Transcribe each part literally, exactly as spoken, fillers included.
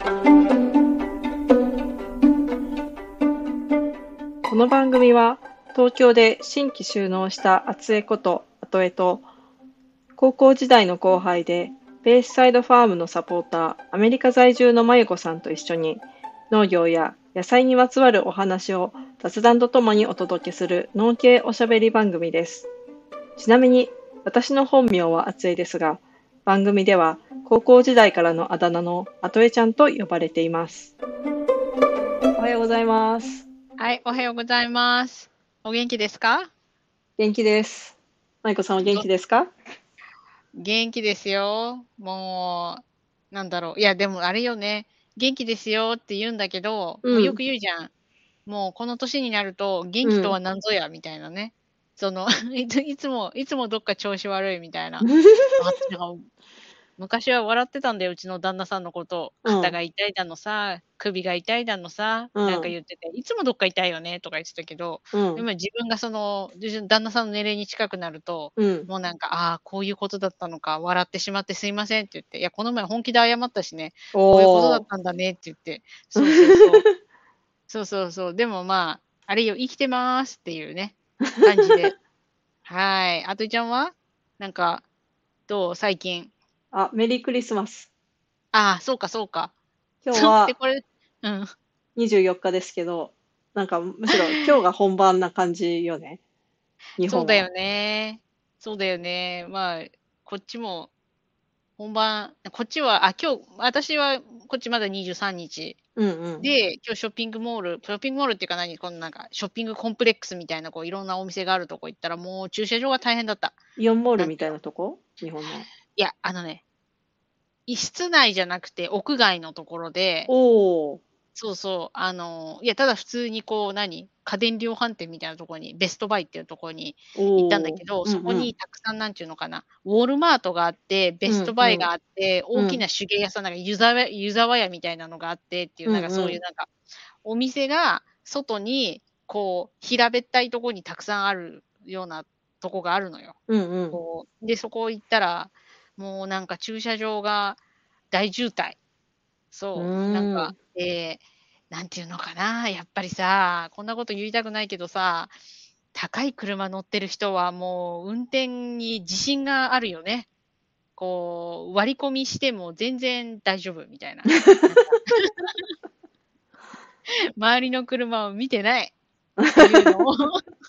この番組は東京で新規就農した厚江ことあとえと高校時代の後輩でベイサイドファームのサポーターアメリカ在住のまゆこさんと一緒に農業や野菜にまつわるお話を雑談とともにお届けする農系おしゃべり番組です。ちなみに私の本名は厚江ですが、番組では高校時代からのあだ名のあとえちゃんと呼ばれています。おはようございます。 はい、おはようございます。お元気ですか？ 元気です。まゆこさんお元気ですか？ 元気ですよ。もう、なんだろう。いや、でもあれよね。元気ですよって言うんだけど、もうよく言うじゃん。もうこの年になると、元気とは何ぞや、みたいなね。そのいつ、いつも、いつもどっか調子悪いみたいな。あなんか昔は笑ってたんだよ、うちの旦那さんのことを。 うん肩が痛いだのさ、首が痛いだのさ、 うんなんか言ってて、いつもどっか痛いよねとか言ってたけど、 うん今自分がその、じ旦那さんの年齢に近くなると、 うんもうなんか、ああ、こういうことだったのか、笑ってしまってすいませんって言って、いや、この前本気で謝ったしね、こういうことだっおーたんだねって言って、そうそうそう。そうそうそう。でもまあ、あれよ、生きてますっていうね、感じで。はい。あといちゃんはなんか、どう最近。 あ、メリークリスマス。 ああ、そうかそうか。そう、で、 今日はこれうん。 にじゅうよっかですけど、なんかむしろ今日が本番な感じよね、日本は。 そうだよね。そうだよね。まあ、こっちも本番こっちは、あ、今日、私はこっちまだにじゅうさんにちうんうん。 で、今日ショッピングモールショッピングモールっていうか何、このなんかショッピングコンプレックスみたいなこういろんなお店があるとこ行ったら、もう駐車場が大変だった。 イオンモールみたいなんていうの、 なとこ日本の。 いや、あのね、い室内じゃなくて屋外のところで、 おー。 そうそう、あの、いや、ただ普通にこう何、家電量販店みたいなところに、ベストバイっていうところに行ったんだおー。 けど、そこうんうん。 にたくさんなんちゅうのかな、ウォールマートがあって、ベうストんうんバイがあって、大きうんな手芸屋さんなんか湯沢湯沢屋みたいなのがあってっていう、なんかうんうんそういうなんか、お店が外にこう平べったいところにたくさんあるようなとこがあるのよ。 うんうん。 こう、で、そこ行ったら、もうなんか駐車場が大渋滞。 うそう、なんか、 ーん。 えーなんていうのかな、やっぱりさ、こんなこと言いたくないけどさ、高い車乗ってる人はもう運転に自信があるよね。こう、割り込みしても全然大丈夫みたいな。なんか、周りの車を見てないっていうのを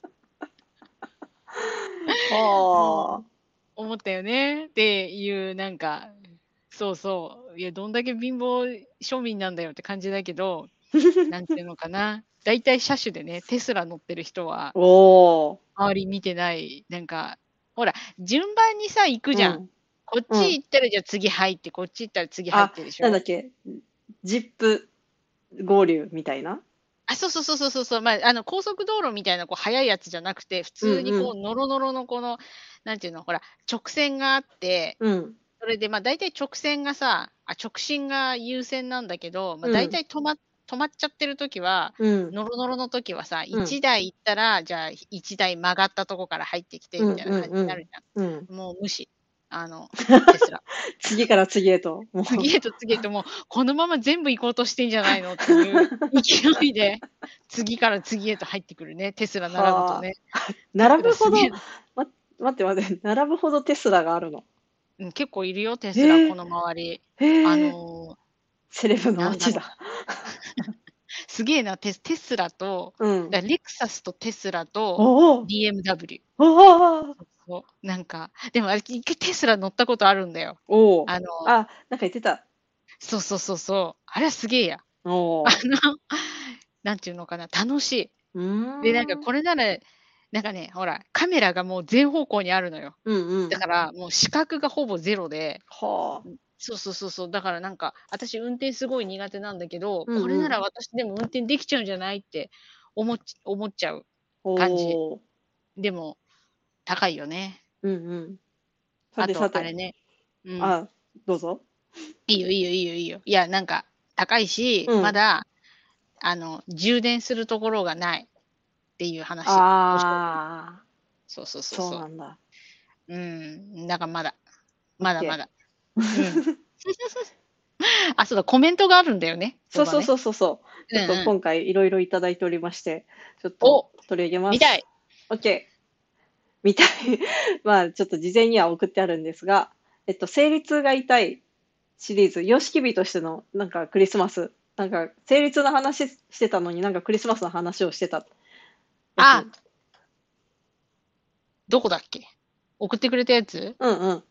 もうはあ。 思ったよねっていう、なんか、そうそう、いや、どんだけ貧乏庶民なんだよって感じだけど、なんていうのかな、大体車種でね、テスラ乗ってる人は、 おー。 周り見てない、なんか、ほら、順番にさ、行くじゃん。 うんこっうん。 ち行ったらじゃあ次入って、こっち行ったら次入っあ、 てでしょ。 なんだっけ、ジップ合流みたいな。 あ、そうそうそうそうそうそう、まあ、あの、高速道路みたいなこう速いやつじゃなくて、普通にこう、 うんうんノロノロのこの、なんていうの、ほら、直線があって、 うんそれで、まあ、大体直線がさ、あ、直進が優先なんだけど、まあ、大うん体止ま止まっちゃってる時は、 うんノロノロの時はさ、 うんいちだい行ったら、じゃあいちだい曲がったとこから入ってきてうんみたいな感じうんうんになるじゃうん。 ん。もう無視。あの、テスラ。 次から次へと、もう。 次へと次へともう、このまま全部行こうとしてんじゃないのっていう勢いで、次から次へと入ってくるね、テスラ並ぶとはね。 あ。 テス並ぶほど、 ラすげえ。 ま、待って待って、並ぶほどテスラがあるの。 うん、結構いるよ、テスラ、 へえ、 この周り。あへえ、 の、 セレブのなんだろう。 街だ。 すげえな、テステスラと、 うん。 だレクサスとテスラとおお、 ビーエムダブリュー。 おお、 そう、なんか、でもあれ、一回テスラ乗ったことあるんだよ。 おお。 あの、 あ、なんか言ってた。 そうそうそうそう。あれはすげえや。 おあお。 の、なんていうのかな、楽しい。 うーで、なんかん。 これなら、なんかね、ほら、カメラがもう全方向にあるのよ。 うんうん。 だから、もう視覚がほぼゼロで、 はあ。 うん、そうそうそうそう、だからなんか、私運転すごい苦手なんだけど、これならうんうん。 私でも運転できちゃうんじゃないって思っち思っちゃうお感じ。 お。 でも、高いよね。 うんうん。さあと、 てさて。 あれね。うん。 あ、どうぞ。 いいよいいよいいよいいよ。いや、なんか、高いし、 うん。 まだ、あの、充電するところがないっていう話。お正直。 ああ、 そうそうそうそそうなんだ。 う。うん。だからまだ、 オッケまだまだ。うん。 あ、そうだ、コメントがあるんだよね。 そうそうそうだね。 そうそうそう。ちょっとうんうん。 今回いろいろいただいておりまして、ちょっとお、 取り上げます。 見たい。 OK。見たい。まあ、ちょっと事前には送ってあるんですが、えっと、生理痛が痛いシリーズ、様式日としての、なんかクリスマス、なんか、生理痛の話してたのになんかクリスマスの話をしてたやあ、 つ。 どこだっけ？送ってくれたやつ？ うん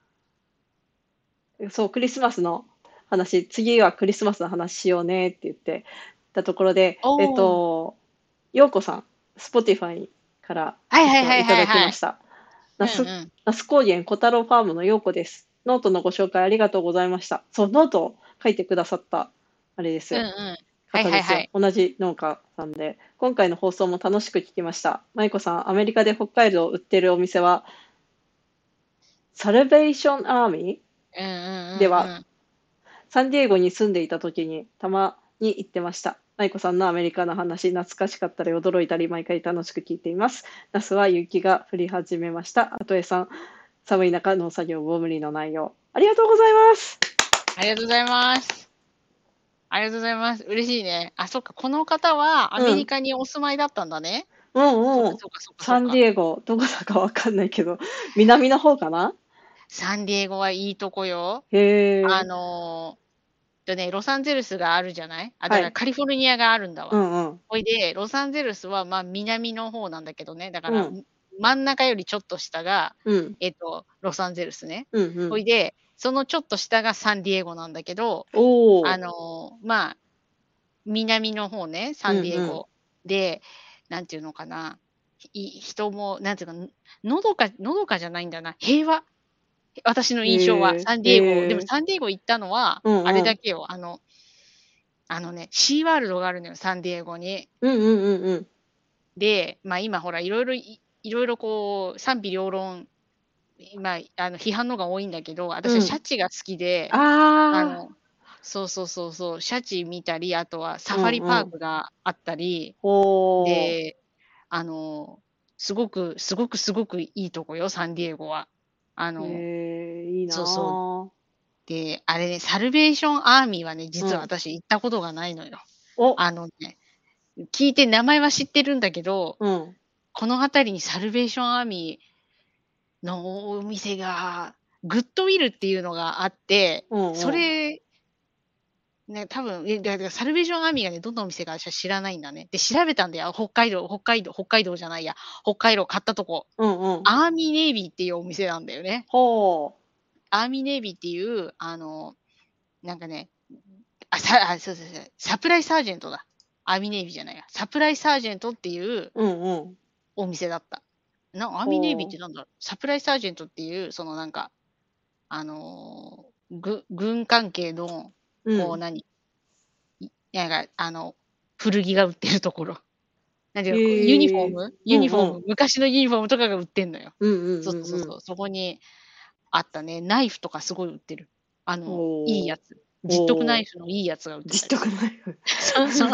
うん。そう、クリスマスの話、次はクリスマスの話しようねって言ってたところで、えっおお。 と、ようこさん、Spotify から、えっと、 はいはいはいいただきはいはい。 ました。那須、 うんうん。 那須高原小太郎ファームのようこです。ノートのご紹介ありがとうございました。そう、ノートを書いてくださった、あれですよ。 うんうん。はい方ですよ。 はいはい。 同じ農家さんで。今回の放送も楽しく聞きました。舞子さん、アメリカで北海道を売ってるお店は、サルベーションアーミうんうんーでは、 うんうん。 サンディエゴに住んでいた時にたまに行ってました。舞子さんのアメリカの話、懐かしかったり驚いたり、毎回楽しく聞いています。那須は雪が降り始めました。あとえさん、寒い中農作業ご無理のないよう。ありがとうございます。 ありがとうございます。ありがとうございます。嬉しいね。あ、そっか、この方はアメリうん。 カにお住まいだったんだね。 うんうん。 そっかそっかそっかそサンデっか。 ィエゴ、どこだかわかんないけど、南の方かな。 サンディエゴはいいとこよ。 へあえ。 の、とね、ロサンゼルスがあるじゃない？あ、だはい。 からカリフォルニアがあるんだわ。 うんうん。 ほいで、ロサンゼルスは、ま、南の方なんだけどね、だから、 うん。 ん真ん中よりちょっと下が、 うん。 えっと、ロサンゼルスね。 うんうん。 ほいで、そのちょっと下がサンディエゴなんだけど、あおお。 の、まあ、南の方ね、サうんうん。 ンディエゴ。で、なんていうのかな、い人も、なんていうか、んのどかのどかじゃないんだな、平和。私の印象は、 へえ。 サンディエゴでもへえ。 サンディエゴ行ったのは、あれうんうん。 だけよ、あのあのね、シーワールドがあるのよ、サンディエゴに。 うんうんうんうん。 で、ま、今ほらいろいろいいろいろこう賛否両論、ま、あの批判のが多いんだけど、私はうん。 シャチが好きで、あああ。 のそうそうそうそう、シャチ見たり、あとはサうファリパーんうん。 クがあったり、 ほう。 で、あの、すごくすごくすごくいいとこよ、サンディエゴは。あへの、 え、いいそうそう。 な。 で、あれね、サルベーションアーミーはね、実はうん。 私行ったことがないのよ。 お、 あのね、聞いて名前は知ってるんだけど、 うん。 この辺りにサルベーションアーミーのお店が、グッドウィルっていうのがあって、そうんうん。 れ、ね、多分、え、だだサルベーションアーミーがね、どんなお店か私は知らないんだね。で、調べたんだよ。北海道北海道北海道じゃないや、北海道買ったとこ。 うんうん。 アーミーネイビーっていうお店なんだよね。 ほう。 アーミーネイビーっていう、あの、なんかね、あ、さあ、そうそうそう、サプライサージェントだ。アーミーネイビーじゃないや。サプライサージェントっていううんうん。 お店だった。なアーミーネイビーってほなんだろう、サプライサージェントっていう、そのなんか、あの、ぐ軍関係の、 う。うん。 こう何、いなんかあの、古着が売ってるところ。なんていうの、こうユニフォーへえ。 ムユニフォーム、 うんうん。 昔のユニフォームとかが売ってんのよ。 うんうんそううんうん。 そうそうそう、そこにあったね。ナイフとかすごい売ってる。あの、いいおお。 やつ。十徳ナおお。 イフのいいやつが売ってたり実得する。 ナイフ。 そうそう。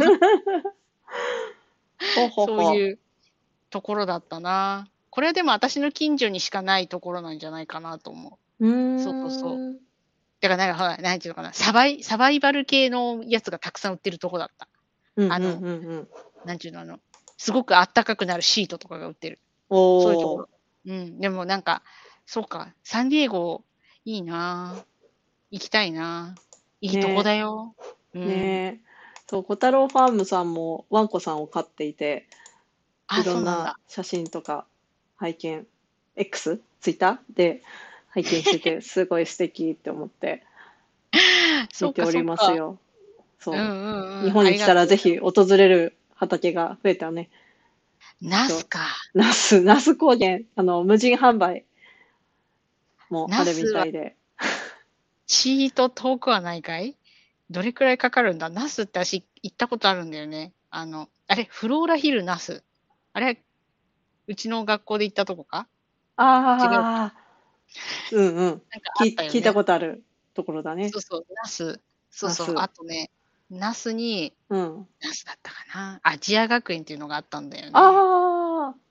ほほほ。 そういうところだったな。これはでも私の近所にしかないところなんじゃないかなと思う。 うーそうそうそう。 ん。 だからなんかほら、なんていうのかな、サバイサバイバル系のやつがたくさん売ってるとこだった。 うんうんあの、 うんうん。 なんていうの、あの、すごくあったかくなるシートとかが売ってる。 おそういうところ。 お。 うん、でもなんか、そうか、サンディエゴいいな。行きたいな。いいとこねだよ。うん。 ね。そう、小太郎ファームさんもワンコさんを飼っていて、いあ、 ろんなそうなんだ。 写真とか拝見、X？ ツイッターで拝見してて、すごい素敵って思ってそうか見ておりそうか。 ますよ。そうんうんう。日うん。ありが本に来たらとうございます。 ぜひ訪れる畑が増えたね。そう。 ナスか。 那須、那須高原、あの、無人販売もあるみナスはたいで。 チート遠くはないかい？どれくらいかかるんだ？ナスって私行ったことあるんだよね。あの、あれ、フローラヒルナス。あれ、うちの学校で行ったとこか？違うか。 ああ、うんうん。 なんかあっき聞いたたよね。 ことあるところだね。 そうそう、ナス。そうそう、 那須。 あとね、ナスにうん。 ナスだったかな、アジア学園っていうのがあったんだよね。 ああ、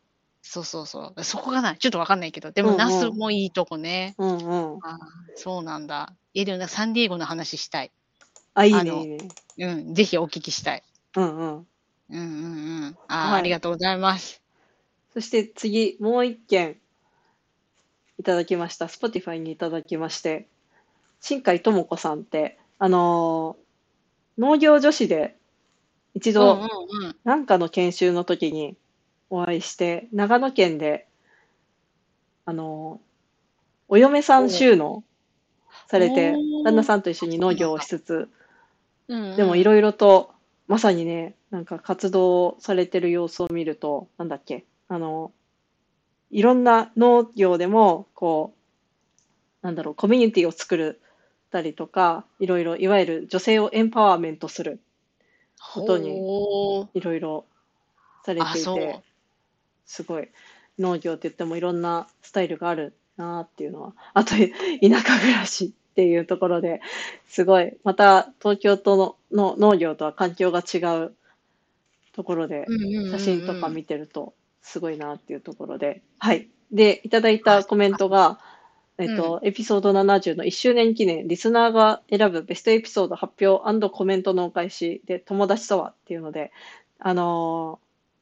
そうそうそう。そこがな、ちょっとわかんないけど、でも那うんうん。 須もいいとこね。 うんうん。 ああ、そうなんだ。え、でもな、サンディエゴの話したい。 あ、いいあのねいいね。 うん、ぜひお聞きしたい。 うんうん。 うんうんうん。ああ、あはい。 りがとうございます。 そして次、もう一件いただきました。Spotify にいただきまして、新海智子さんって、あのー農業女子で一うんうん度、 うん。 なんかの研修の時にお会いして、長野県で、あのーお嫁さんお就農されて、旦那おお。 さんと一緒にそうなんだ。 農業をしつつ、 うんうん。 でもいろいろと、まさにね、なんか活動されてる様子を見ると、なんだっけ、あの、いろんな農業でも、こう、なんだろう、コミュニティを作るたりとか、いろいろ、いわゆる女性をエンパワーメントすることにほう。 いろいろされあ、 ていて、 そう。 すごい農業って言ってもいろんなスタイルがあるなっていうのは、あと田舎暮らしっていうところですごい、また東京都の、の農業とは環境が違うところでうんうん写真とかうんうん。 見てるとすごいなっていうところで、はい。で、いただいあ、 たコメンそっかそっか。 トが、えっうん。 と、エピソードななじゅうのいっしゅうねん記念、リスナーが選ぶベストエピソード発表コメントのお返しで、友達とはっていうので、あの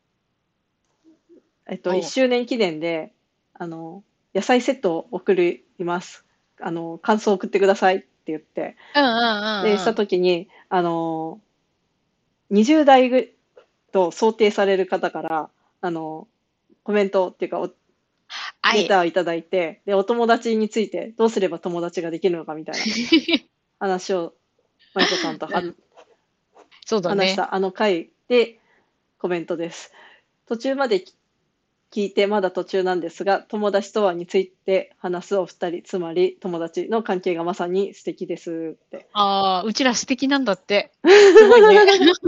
ーえっと、1 おう。 周年記念で、あのー野菜セットを送ります。あのー感想を送ってくださいって言って、 うんうんで、したうんうん。 ときに、あのーにじゅう代ぐと想定される方から、あのーコメントっていうか、おあい。 レターをいただいて、で、お友達についてどうすれば友達ができるのかみたいな話を、まゆこさんとはうん。そうだね。 話したあの回でコメントです。途中まで聞いてまだ途中なんですが、友達とはについて話すお二人、つまり友達の関係がまさに素敵ですって。 ああ、うちら素敵なんだって。すごいね。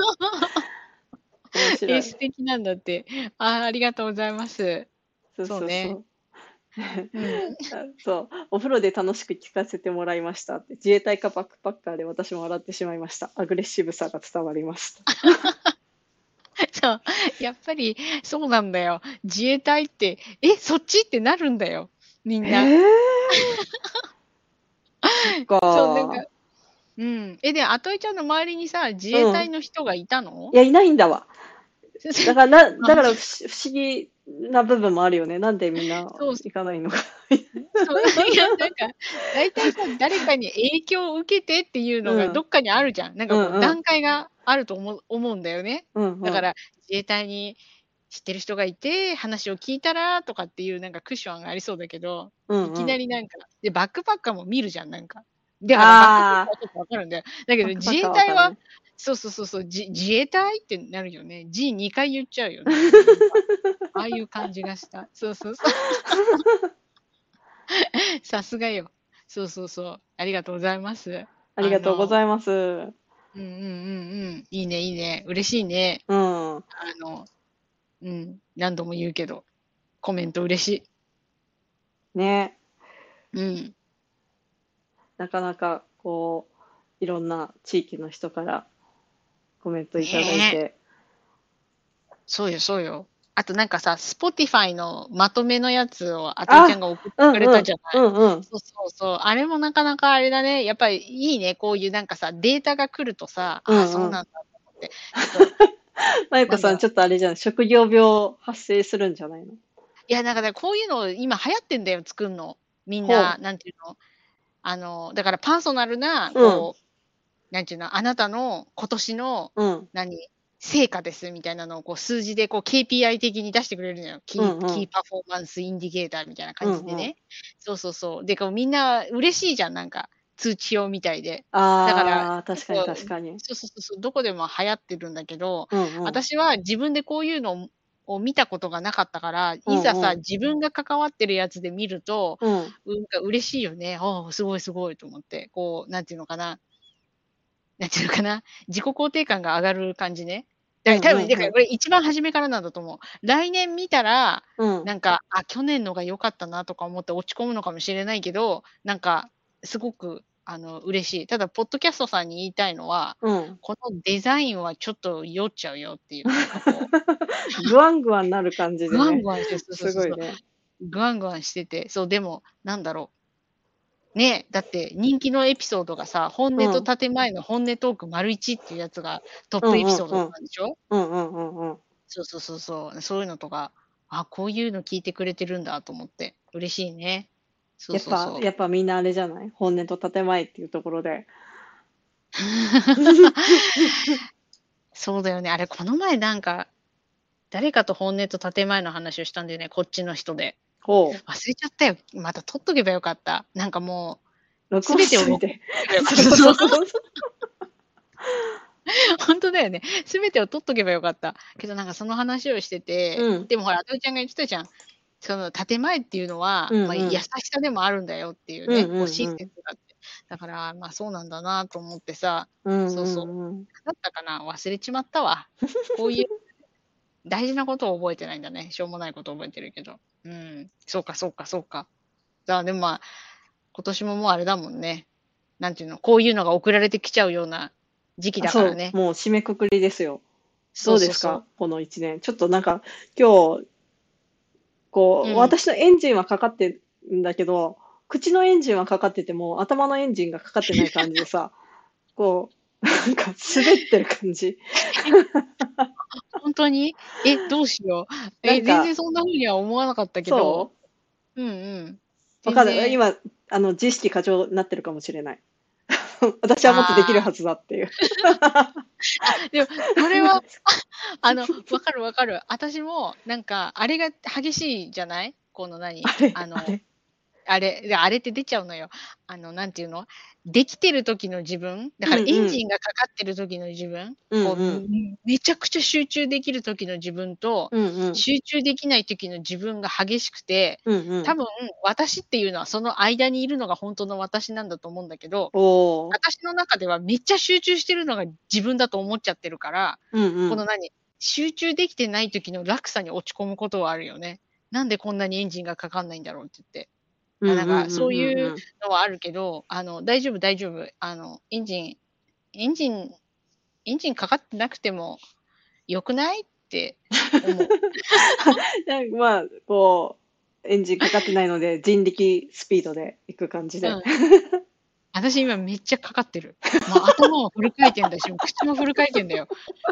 え、 面白い。 素敵なんだって。ああ、ありがとうございます。 そうそうね。 そうそう。 うん。 そう、お風呂で楽しく聞かせてもらいましたって。自衛隊かバックパッカーで私も笑ってしまいました。アグレッシブさが伝わりました。 そう、やっぱりそうなんだよ。自衛隊って、え、そっちってなるんだよ、みんへな。 え、そっそう、なんかか。 うん。え、で、あといちゃんの周りにさ、自衛うん。 隊の人がいたの？ いや、いないんだわ。だからな、 あ、 だから不思不思議な部分もあるよね。なんでみんなそう、 行かないのか。 そう、いや、なんか、大体さ、誰かに影響を受けてっていうのうん。 がどっかにあるじゃん。なんかこううんうん。 段階があると思う思うんだよね。 うんうん。 だから、自衛隊に知ってる人がいて、話を聞いたらとかっていうなんかクッションがありそうだけど、いきうんうん。 なりなんか、で、バックパッカーも見るじゃん、なんか。だからバックパッカーああ、 はちょっとわかるんだよ。だけど自バックパッカー衛隊はわかるね。 そうそうそうそう、じ自衛隊ってなるよね。G にかい言っちゃうよね、もうなんか。ああいう感じがした。そうそうそう。さすがよ。そうそうそう。ありがとうございます。 ありがとうごあの、 ざいます。ううんうんうんうん。いいねいいね。嬉しいね。 ん。 あの、うん。何度も言うけど、コメント嬉しい。 ね。 うん。 なかなか、こう、いろんな地域の人からコメントいただいねえ。 て。 そうよそうよ。あとなんかさ、Spotify のまとめのやつをあといちゃんあ、 が送ってくれうんうん、 たじゃない。 うんうん。 そうそうそう。あれもなかなかあれだね。やっぱりいいね。こういうなんかさ、データが来るとさ、ああ、 うんうん。 そうなんだと思って。ちょっと、 まゆこさん、 なんだろう。 ちょっとあれじゃん。職業病発生するんじゃないの？ いや、なんかね、こういうの今流行ってんだよ、作んの。みんな、 ほなんていうの、あの、だからパーソナルな、 う。うん、 こう、なんていうの、あなたの今年の、 うん、 何、成果ですみたいなのをこう数字でこう ケーピーアイ 的に出してくれるのよ。キーキーうんうん、 パフォーマンスインディケーターみたいなうんうん。 感じでね。そうそうそう。で、こうみんな嬉しいじゃん、なんか、通知表みたいで。だから、 ああ、確かに結構確かに。 そうそうそうそう、どこでも流行ってるんだけど、 うんうん。 私は自分でこういうのを見たことがなかったから、いざさ、 うんうん。 自分が関わってるやつで見ると、 うん。 うんか嬉しいよね。ああ、すごいすごいと思って。こう、なんていうのかな、なんていうのかな、自己肯定感が上がる感じね。 うだ多分だからんうんうん。 これ一番初めからなんだと思う。来年見たら、 うん。 なんか、あ、去年のが良かったなとか思って落ち込むのかもしれないけど、なんか、すごくあの、嬉しい。ただ、ポッドキャストさんに言いたいのは、 うん。 このデザインはちょっと酔っちゃうよっていう、なんかこう。 グワングワンなる感じグワンでね。 グワンして、そうそうそうそう。 すごいね。 グワングワンしてて、そう、でも、なんだろう。ね、だって人気のエピソードがさ、本音とうん。 建前の本音トーク丸一っていうやつがトッうんうプエピソードだっんうん。 たんでしょ？ うんうんうんうん。 そうそうそうそう。そういうのとか、あ、こういうの聞いてくれてるんだと思って、嬉しいね。そうやっぱそうそう。 やっぱみんなあれじゃない？本音と建前っていうところで。 そうだよね。あれ、この前なんか、誰かと本音と建前の話をしたんだよね、こっちの人で。 ほう。 忘れちゃったよ。また取っとけばよかった。なんかもう、 録音全てを録しといて。 音しとけばよかった。 そうそう。 そうそうそう。 ほんとだよね。全てを取っとけばよかった。けどなんかその話をしてて、 うん。 でもほら、あといちゃんが言ってたじゃん。その建前っていうのは、ま、優しうんうん。 さでもあるんだよっていうね、 うんうこう親んうん。 切だって。だから、ま、そうなんだなと思ってさ、 うんうそうそう。 んうん。 なんだったかな、忘れちまったわ。こういう大事なことを覚えてないんだね。しょうもないことを覚えてるけど。うん、そうかそうかそうか。じゃあ、でも、ま、今年ももうあれだもんね。なんていうの、こういうのが送られてきちゃうような時期あ、そう、 だからね。 もう締めくくりですよ。 そうそうそう。 どうですか？このいちねん。ちょっとなんか、今日こう、 うん。 私のエンジンはかかってんだけど、口のエンジンはかかってても、頭のエンジンがかかってない感じでさ、こう、なんか滑ってる感じ。 え、ほんとに？え、どうしよう。え、全なんか然そんな風には思わなかったけど。 そう？ うんうん。 わかる。 全然。 今、あの、自意識過剰なってるかもしれない。私はもっとできるああ。 はずだっていう。 あ、でも、それは、あの、分かる分かる。あたしも、なんか、あれが激しいじゃない？この何、 あれあの、 あれ。 あれ、で、あれって出ちゃうのよ。あの、なんていうの、できてる時の自分、だからエンうんうん。 ジンがかかってる時の自分、こう、 うんうん。 んん、めちゃくちゃ集中できる時の自分と、 うんうん。 集中できない時の自分が激しくて、 うんうん。 多分、私っていうのはその間にいるのがほんとの私なんだと思うんだけど、 おお。 あたしの中ではめっちゃ集中してるのが自分だと思っちゃってるから、 うんうん。 この何、集中できてない時の落差に落ち込むことはあるよね。なんでこんなにエンジンがかかんないんだろうって言って。あ、なんか、 うんうんうんそういううんうん。 のはあるけど、あの、大丈夫大丈夫。あの、エンジンエンジンエンジンかかってなくても良くない？って思う。 なんまあ、こう、エンジンかかってないので、人力スピードで行く感じで。 うん。あたし今めっちゃかかってる。もう頭はフル回転だし、もう口もフル回転だよ。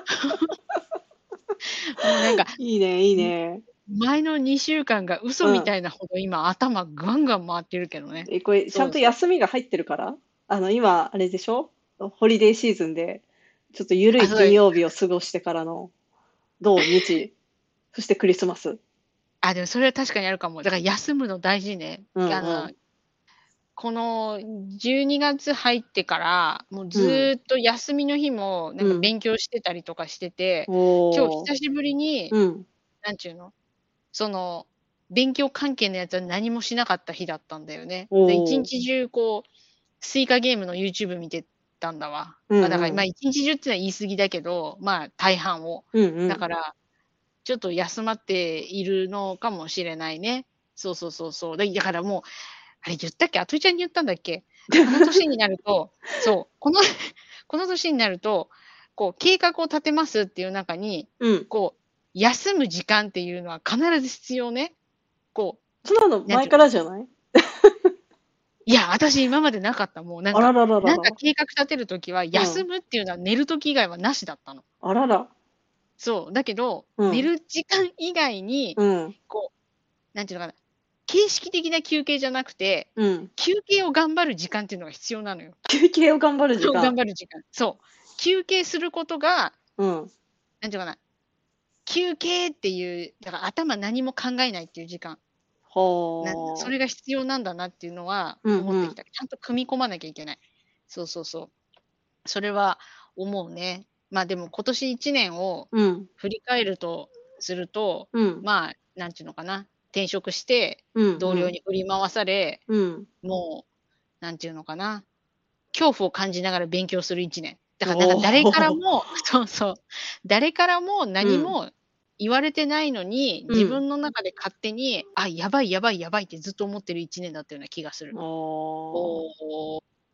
もうなんか、 いいねいいんね。 前のにしゅうかんが嘘うん。 みたいなほど今頭ガンガン回ってるけどね。 え、これ、ちゃんとそうそう。 休みが入ってるから？あの、今あれでしょ？ホリデーシーズンで、ちょっとゆるあ、 いそうです。 金曜日を過ごしてからの、土日、そしてクリスマス。 あ、でもそれは確かにあるかも。だから休むの大事ね。 うんうあの、 ん。 このじゅうにがつ入ってから、もううん。 ずっと休みの日もなんかうん。 勉強してたりとかしてて、今日おお。 久しぶりに、 うん。 なんちゅうの、その、勉強関係のやつは何もしなかった日だったんだよね。で、いちおお。 にち中こう、スイカゲームの YouTube 見てたんだわ。ま、だから、ま、 うんうん。 いちにち中ってのは言い過ぎだけど、まあ、大半を。 うんうん。 だから、ちょっと休まっているのかもしれないね。そうそうそうそう。で、だからもう、あれ言ったっけ？あといちゃんに言ったんだっけ？この年になるとそう、このこの年になると、こう計画を立てますっていう中に、 うん。 こう、休む時間っていうのは必ず必要ね。こそんなのう、なんて前いうのからじゃない？ いや、私今までなかった。もうなんあらからららら。 なんか計画立てる時は、 うん。 休むっていうのは寝る時以外はなしだったの。 あらら。 そう、だけど、 うん。 寝る時間以外に、 うん。 こう、なんていうのかな、形式的な休憩じゃなくて、 うん。 休憩を頑張る時間っていうのが必要なのよ。 休憩を頑張る時そう、頑間。 張る時間。そう。休憩することが、 うん。 なんていうかな、休憩っていう、だから頭何も考えないっていう時間。なそはあ。 れが必要なんだなっていうのはうんうん。 思ってきた。ちゃんと組み込まなきゃいけない。そうそうそう。それは思うね。まあ、でも今年いちねんをうん。 振り返るとすると、 うん。 まあ、なんていうのかな、転職して、 うん同うん。 僚に振り回され、 うん。 もう、なんていうのかな、恐怖を感じながら勉強するいちねん。だからなんかお誰からお。 もそうそう、誰からもうん。 何も言われてないのに、自うん。 分の中で勝手に、あ、やばいやばいやばいってずっと思ってるいちねんだったような気がする。 ああ。 おお、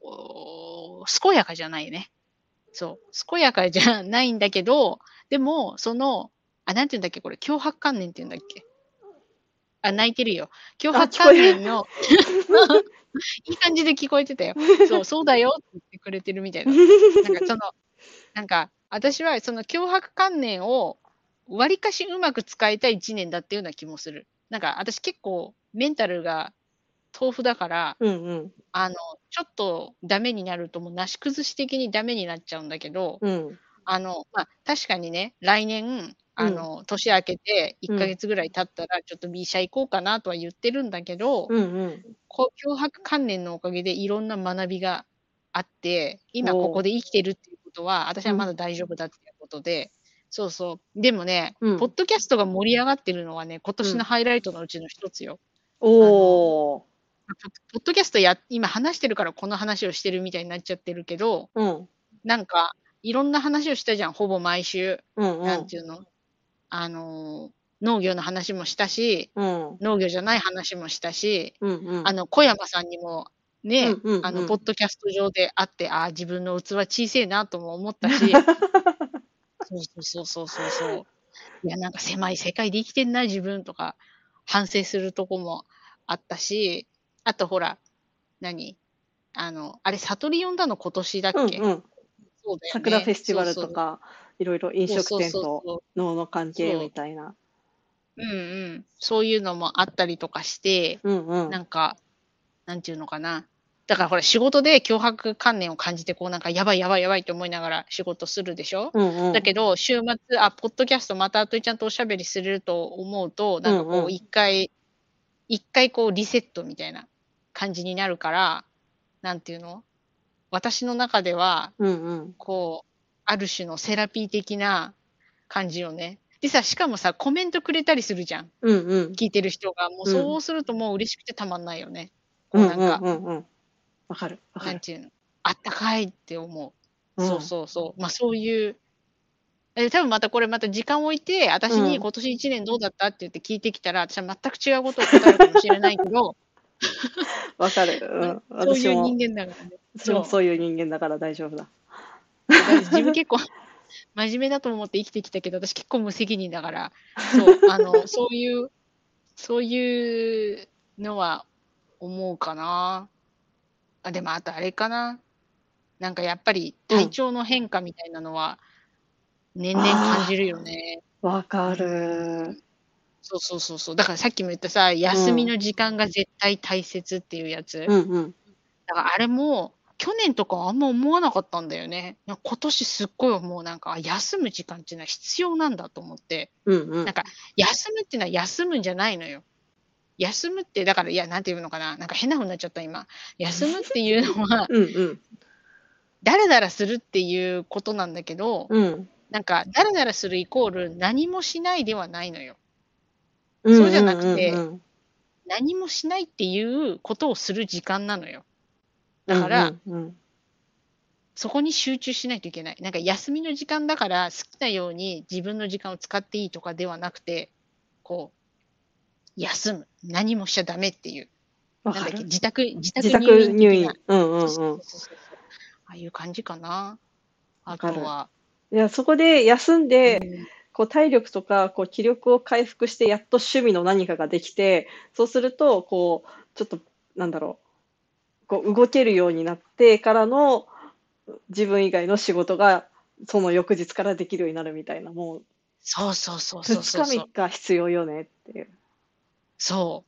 お健やかじゃないね。そう。健やかじゃないんだけど、でも、その、あ、なんて言うんだっけ、これ、強迫観念って言うんだっけ。あ、泣いてるよ。強あ、 迫聞こえる。 観念の、いい感じで聞こえてたよ。そう、そうだよって言ってくれてるみたいだった。なんかその、なんか、私はその強迫観念を、わりかしうまく使いたいいちねんだっていうような気もする。なんか、私結構メンタルが豆腐だから、 うんうん。 あの、ちょっとダメになると、もうなし崩し的にダメになっちゃうんだけど、 うん。 あの、ま、確かにね、来年、 うん。 あの、年明けて1 うん。 ヶ月ぐらい経ったら、ちょっと B 社行こうかなとは言ってるんだけど、 うんうん。 こう、強迫観念のおかげでいろんな学びがあって、今こおお。 こで生きてるっていうことは、私うん。 はまだ大丈夫だっていうことで、そうそう。でもね、 うん。 ポッドキャストが盛り上がってるのはね、今うん。 年のハイライトのうちの一つよ。 おあの、 お。 ま、ポポッドキャストや今話してるからこの話をしてるみたいになっちゃってるけど、 うん。 なんか、いろんな話をしたじゃん、ほぼ毎週。 うんうん。 なんていうの、あの、農業の話もしたし、 うん。 農業じゃない話もしたし、 うんうん。 あの、小山さんにも、ね、 うんうんあの、 うん。 ポッドキャスト上で会って、ああ、自分の器小せえなとも思ったし、そうそうそうそうそうそう。いや、なんか狭い世界で生きてんな、自分とか、反省するとこもあったし、あとほら、何、あの、あれ、悟り呼んだの今年だっけ？ うんうん。 そうだよね。 桜フェスティバそうそう。 ルとか、いろいろ飲食そうそう店とそうそう。 農の関係そう。 みたいな。 うんうん。そういうのもあったりとかして、 うんうん。 なんか、なんていうのかな。だからほら、仕事で強迫観念を感じて、こうなんかやばいやばいやばいと思いながら仕事するでしょ。 うんうん。 だけど、週末、あ、ポッドキャストまたあといちゃんとおしゃべりすると思うと、なんかこううんうん。 一回一回こうリセットみたいな感じになるから、なんていうの、私の中では、 うんうん。 こう、ある種のセラピー的な感じよね。でさ、しかもさ、コメントくれたりするじゃん。 うんうん。 聞いてる人が。もううん。 そうするともう嬉しくてたまんないよね。 うんうんこうなんか、 うんうん。わかるわかる。 なんていうの、あったかいって思う。そううん。 そうそう。ま、そういう、え、多分またこれまた時間を置いて、 うん。 私に今年いちねんどうだったって言って聞いてきたら、私は全く違うことを答えるかもしれないけど、 わかる。 ま、 うん。 そういう人私も間だからね。そう。 私もそういう人間だから大丈夫だ。 そう、だ自分結構真面目だと思って生きてきたけど、私結構無責任だから、そう、あの、そういうそういうのは思うかな。あ、でもあとあれかな、なんかやっぱりうん。 体調の変化みたいなのは、年々感あじるよね。 あ、わうかーん。 る。 そうそうそうそう。だからさっきも言ったさ、休みうん。 の時間が絶対大切っていうやつ。 うんうん。 だからあれも、去年とかはあんま思わなかったんだよね。な、今年すっごい思う、なんか、あ、休む時間っていうのは必要なんだと思って。 うんうん。 なんか、休むっていうのは休むんじゃないのよ。休むって、だから、いや、なんていうのかな、なんか変な風になっちゃった、今。休むっていうのは、 うんうん。 だらだらするっていうことなんだけど、 うん。 なんか、だらだらするイコール何もしないではないのよ。 うんそうじゃうんうなくて、 んうん。 何もしないっていうことをする時間なのよ。 うんだから、 うんうん。 そこに集中しないといけない。なんか休みの時間だから好きなように自分の時間を使っていいとかではなくて、こう、休む。何もしちゃダメっていう。なんだっけ、 わかる。 自宅自自宅入院的な。 宅入院。うんうそうそうんうん。 そうそうそうそう。ああいう感じかな。あわかる。 とは、 いや、そこで休んで、 うん、 こう体力とか、こう気力を回復して、やっと趣味の何かができて、そうすると、こう、ちょっと、なんだろう、こう動けるようになってからの、自分以外の仕事が、その翌日からできるようになるみたいな、もうそうそうそうそう 2日3 そうそう。 日必要よねっていう。 そう。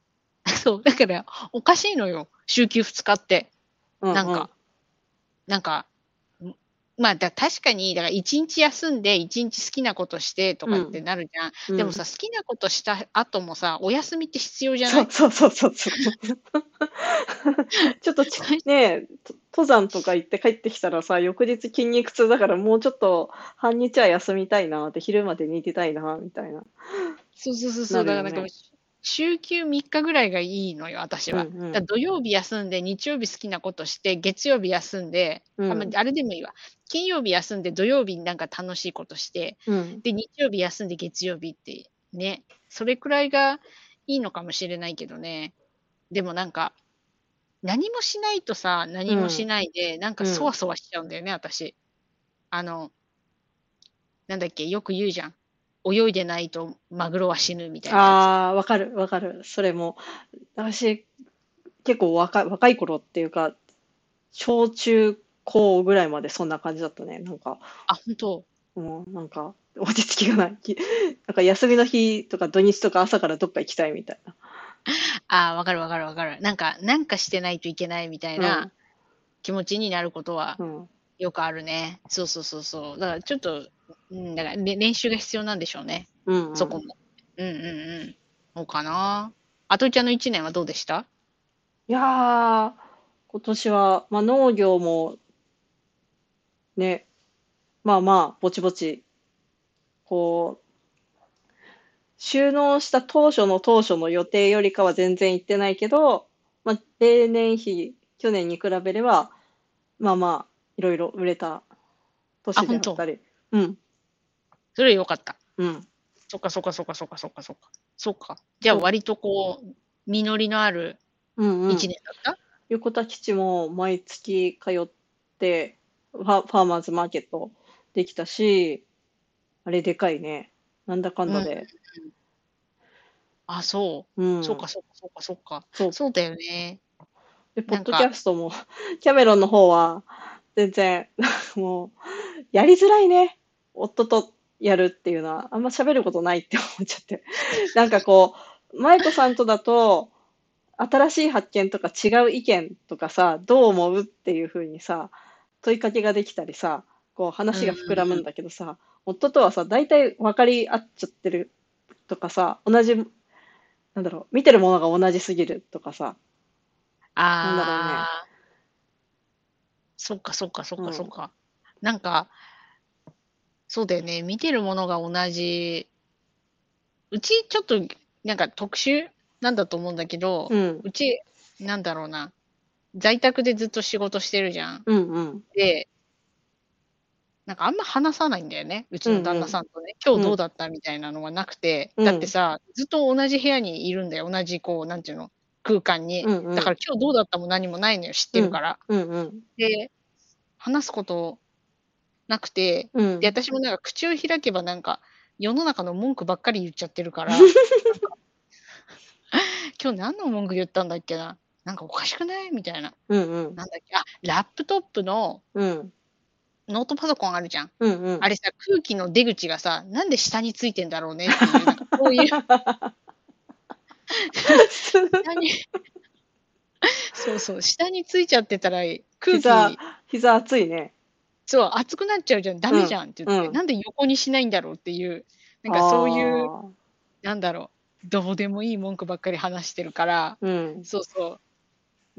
そう、だからおかしいのよ、週休ふつかって。 うんうん。 なんかなんか、ん、まあ、だ確かに、だからいちにち休んでいちにち好きなことしてとかってうん。 なるじゃん。 うん。 でもさ、好きなことした後もさ、お休みって必要じゃない？ そうそうそうそうそう。ちょっとちね、と登山とか行って帰ってきたらさ、翌日筋肉痛だからもうちょっと半日は休みたいなって、昼まで寝てたいなみたいな、 そうそうそうそう、だからなんかもう、 なるよね。 し週休みっかぐらいがいいのよ、私は。 うんうん。 だ土曜日休んで、日曜日好きなことして、月曜日休んで、あ、ま、 うん。 あれでもいいわ。金曜日休んで土曜日になんか楽しいことして、 うん。 で、日曜日休んで月曜日って、ね、それくらいがいいのかもしれないけどね。でもなんか何もしないとさ、 う何もしん。 ないで、なんかうん。 そわそわしちゃうんだよね、私。あの、なんだっけ、よく言うじゃん。泳いでないとマグロは死ぬみたいなやつ。 ああ、わかる、わかる。それも、私、結構若い、若い頃っていうか、小中高ぐらいまでそんな感じだったね。なんか、 あ、本当。 もう、なんか、落ち着きがない。きなんか休みの日とか土日とか朝からどっか行きたいみたいな。 ああ、わかるわかるわかる。なんか、なんかしてないといけないみたいなうん。 気持ちになることはうん。 よくあるね。そうそうそうそう。だからちょっと、うん、だから、れ練習が必要なんでしょうね。 うんうん。 そこも。うんうんうん。そうかな。あといちゃんのいちねんはどうでした？ いやー、今年は、まあ農業もね、まあまあ、ぼちぼち、こう、収納した当初の当初の予定よりかは全然行ってないけど、まあ、例年比、去年に比べれば、まあまあ、いろいろ売れたあ、 年で本当。 あったり。うん、 それは良かった。 うん。 そっかそっかそっかそっかそっかそっか。そっか。じゃあそう、 割とこう、実りのあるうんう 1 ん。 年だった？ 横田基地も毎月通って、ファ、ファーマーズマーケットできたし、あれでかいね。なんだかんうん。 だで。 あ、そう。 うん。 そっかそっかそっかそっか。 そう。 そうだよね。 で、ポッドキなんか、 ャストも、キャメロンの方は、全然、もう、やりづらいね。夫とやるっていうのは、あんま喋ることないって思っちゃって。なんかこう、舞子さんとだと、新しい発見とか違う意見とかさ、どう思うっていう風にさ、問いかけができたりさ、こううんうん話が膨らむんうん。 だけどさ、夫とはさ、大体分かり合っちゃってるとかさ、同じ、なんだろう、見てるものが同じすぎるとかさ、なんだろうね。 ああ、そっかそっかそっうん。 かそっか。なんか、そうだよね。見てるものが同じ。うちちょっとなんか特殊なんだと思うんだけど、 うん。 うち、なんだろうな。在宅でずっと仕事してるじゃん。 うんうん。 で、なんかあんま話さないんだよね。うちの旦那うんうん。 さんとね。今日うん。 どうだったみたいなのはなくて。 うん。 だってさ、ずっと同じ部屋にいるんだよ。同じこう、なんていうの、空間に。 うんうん。 だから今日どうだったも何もないのよ。知っうん。 てるから。 うんうん。 で、話すことなくて、で、 うん。 私もなんか口を開けばなんか、世の中の文句ばっかり言っちゃってるから、なんか、今日何の文句言ったんだっけな。なんかおかしくない？みたいな。 うんうん。 なんだっけ、あ、ラップトップのうん。 ノートパソコンあるじゃん。 うんうん。 あれさ、空気の出口がさ、なんで下についてんだろうねっていう、なんかそういう下にそうそう、下についちゃってたら、空膝、 気膝熱いね。 そう、熱くなっちゃうじゃん、ダうん。 メじゃんって言って、 うん。 なんで横にしないんだろうっていう、なんかそういうああ。 なんだろう、どうでもいい文句ばっかり話してるから、 うん。 そうそう。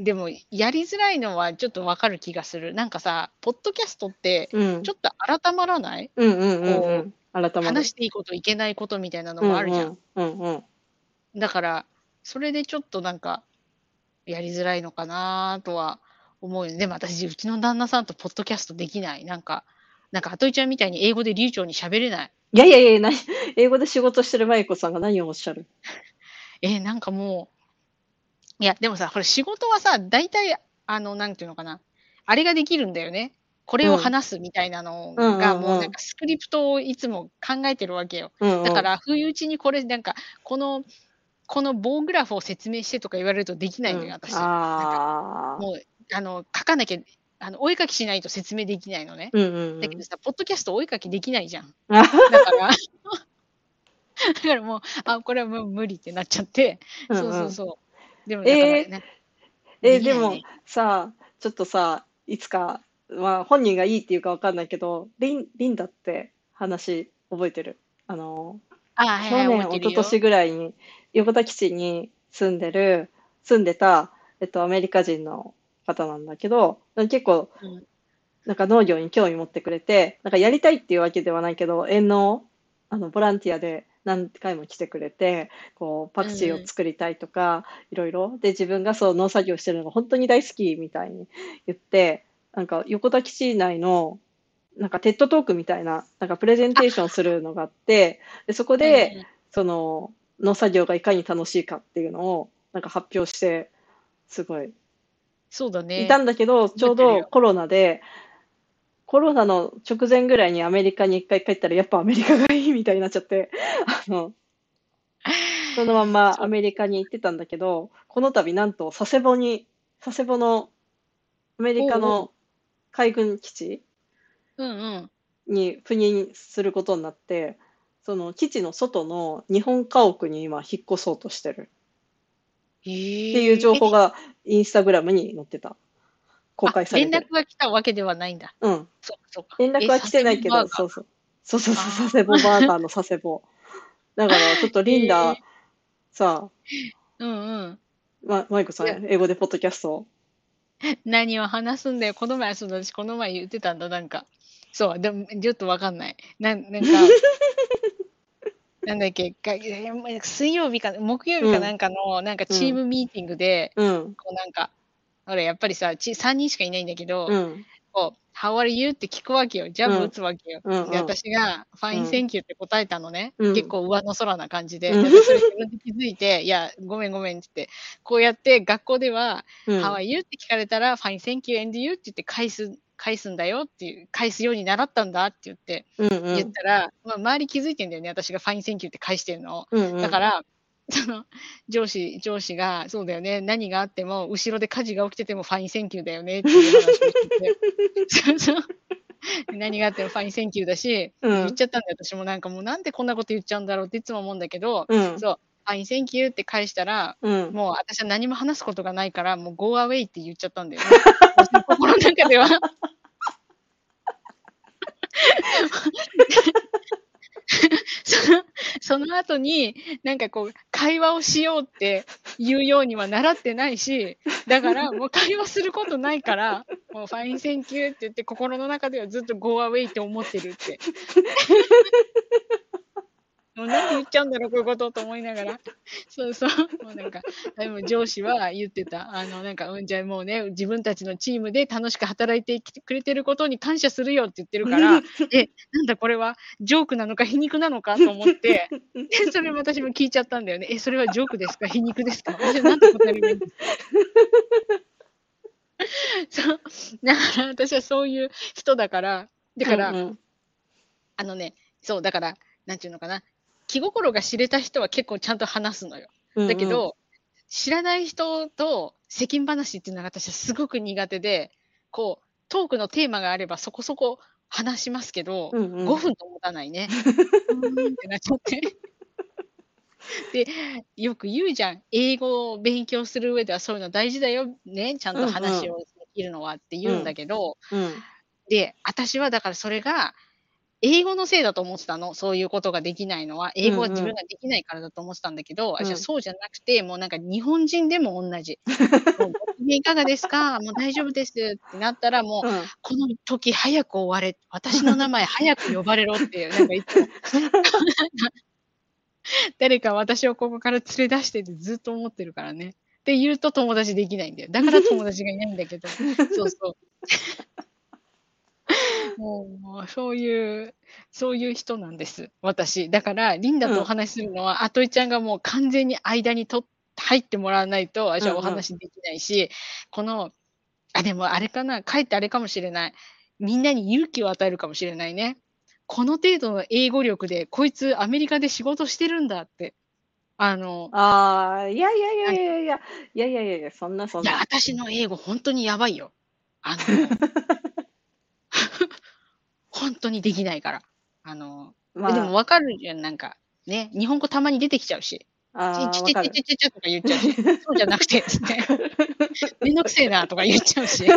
でも、やりづらいのはちょっとわかる気がする。なんかさ、ポッドキャストって、 うん。 ちょっと改まらない？ うんうんうんうこう、 ん。改まる。 話していいこと、いけないことみたいなのうんもあるじゃん。 うん。うんうん。 だから、それでちょっとなんか、やりづらいのかなとは思うよね。でも私、うちの旦那さんとポッドキャストできない。なんかなんか、あといちゃんみたいに英語で流暢に喋れない。 いやいやいや、な英語で仕事してるマイコさんが何をおっしゃる？ えー、なんかもういや、でもさ、これ仕事はさ、大体、あの、なんていうのかな、あれができるんだよね。これをうん。 話すみたいなのうんうが、もうんうん。 なんかスクリプトをいつも考えてるわけよ。 うんうん。 だから、不意打ちにこれなんか、このこの棒グラフを説明してとか言われるとできないのよ、 うん。 私。なんか、 ああ。 もう、あの、書かなきゃ、あの、お絵描きしないと説明できないのね。 うんうんうん。 だけどさ、ポッドキャストお絵描きできないじゃん。 あだからだからもう、あ、これはもう無理ってなっちゃって、そううんうん。 そうそう。でもだから、 えー、 ね、 えーでもできないね。 さ、ちょっとさ、いつか、まあ本人がいいっていうかわかんないけど、リン、リンダって話覚えてる？あの、 ああ、はいはい、覚え去年、一昨年てるよ。 ぐらいに横田基地に住んでる、住んでた、えっと、アメリカ人の方なんだけど、結構、 うん。 なんか農業に興味持ってくれて、なんかやりたいっていうわけではないけど、園農、あの、ボランティアで何回も来てくれて、こう、パクチーをうんうん。 作りたいとか、いろいろ。で、自分がそう農作業してるのが本当に大好きみたいに言って、なんか横田基地内の、なんかテッドトークみたいな、なんかプレゼンあ、 テーションするのがあって、で、そこで、 うんうん。 その、農作業がいかに楽しいかっていうのを、なんか発表して、すごい、 そうだいたね。 んだけど、ちょう覚えてるよ。 どコロナで、コロナの直前ぐらいにアメリカに一回帰ったら、やっぱアメリカがいいみたいになっちゃって、あの、そのまんまそう。 アメリカに行ってたんだけど、この度なんと佐世保に、佐世保のアメリカおうおう。 の海軍基地うんうん。 に赴任することになって、その基地の外の日本家屋に今引っ越そうとしてるっていうへえ。え、 情報がインスタグラムに載ってた。公あ、連絡開されてる。 が来たわけではないんだ。 うん。 そっかそっか。え、 連絡は来佐世保てないけど、 バーガーか。 そうそう。そうそうそう、 あ佐世保バーガーの佐世保。だからちょっとあ。 リンダ、 へえ。 さ、 うんうん。 ま、マイコいや、 さん、英語でポッドキャスト。 何を話すんだよ。この前、その、私この前言ってたんだ、なんか。そう、でも、ちょっとわかんない。なんなんか、なんだっけ、かえ、もう水曜日か木曜日うん、 かなんかの、なんかうん、 チームミーティングで、 うん、 こうなんか、ほらやっぱりさ、ちさんにんしかいないんだけど、 うん、 こう、How are you? って聞くわけよ。ジャブ打うん、 つわけよ。 うん、 で、 うん、 私がう Fine, ん、 thank you って答えたのね。 うん、 結構上の空な感じで。 うん、 で、私それ自分で気づいて、いや、ごめんごめんって言って、こうやって学校では、 う How ん、 are you? って聞かれたら、Fine, thank you and you? って言って返す返すんだよっていう、返すように習ったんだって言ってうん、うん、 言ったら、まあ、周り気づいてんだよね、私が Fine, thank you って返してるのを。 うん、うん。 だからその上司上司が「そうだよね、何があっても後ろで火事が起きててもファインセンキューだよね」っていう話をしてて、そうそう。何があってもファインセンキューだし、 うん、 で言っちゃったんだよ、私もなんかもうなんでこんなこと言っちゃうんだろうっていつも思うんだけど、 うん、 そう、ファインセンキューって返したら、 うん。 もう私は何も話すことがないから、もう Go away って言っちゃったんだよね。私の心の中では。そのその後に、なんかこう、会話をしようっていうようには習ってないし、だからもう会話することないから、もうファインセンキューって言って心の中ではずっと Go away って思ってるって。もうなんで言っちゃうんだろう、こういうことと思いながら。そうそう。もうなんか、でも上司は言ってた。あのなんか、うん、じゃあもうね、自分たちのチームで楽しく働いてきてくれてることに感謝するよって言ってるから、え、なんだこれはジョークなのか皮肉なのかと思って、で、それも私も聞いちゃったんだよね。え、それはジョークですか？皮肉ですか？私はなんて答えればいいんですか？そう。だから私はそういう人だから、だうん、 から、 うん、 あのね、そう、だから、なんていうのかな、気心が知れた人は結構ちゃんと話すのよ。 うん、うん、 だけど、知らない人と世間話っていうのが私はすごく苦手で、こう、トークのテーマがあればそこそこ話しますけど、 うん、う 5 ん。 分と持たないね。うーんってなっちゃって。で、よく言うじゃん。英語を勉強する上ではそういうの大事だよ、ね、ちゃんとうん、うん、 話をできるのはって言うんだうん、 けど、 うん、 で、私はだからそれが英語のせいだと思ってたの、そういうことができないのは。英語はうん、うん、 自分ができないからだと思ってたんだけど、あ、じゃあうん。 そうじゃなくて、もうなんか日本人でもおんなじ。もう「ご機嫌いかがですか？もう大丈夫です」ってなったら、もううん。 「この時早く終われ、私の名前早く呼ばれろ」っていう、なんかいつも誰か私をここから連れ出してってずっと思ってるからね。って言うと友達できないんだよ。だから友達がいないんだけど。そうそう。もうもうそういうそういう人なんです、私。だからリンダうん、 とお話しするのは、アトイちゃんがもう完全に間にと入ってもらわないと、私はおうん、うん。 話できないし、このあ、でもあれかな、かえってあれかもしれない。みんなに勇気を与えるかもしれないね。この程度の英語力で、こいつアメリカで仕事してるんだって。あの、 ああ、いやいやいやなんいやいや、いやいやいやいや、そんなそいや、 んな。 私の英語ほんとにやばいよ。あの、ほんとにできないから。あの、え、でもま分かるじゃん、なんか、ね、日本語たまに出てきちゃうし。 あ、 ちああ、わかる。 ちちちちちちとか言っちゃうし、そうじゃなくてつって、 わかる。 めんどくせえなとか言っちゃうし。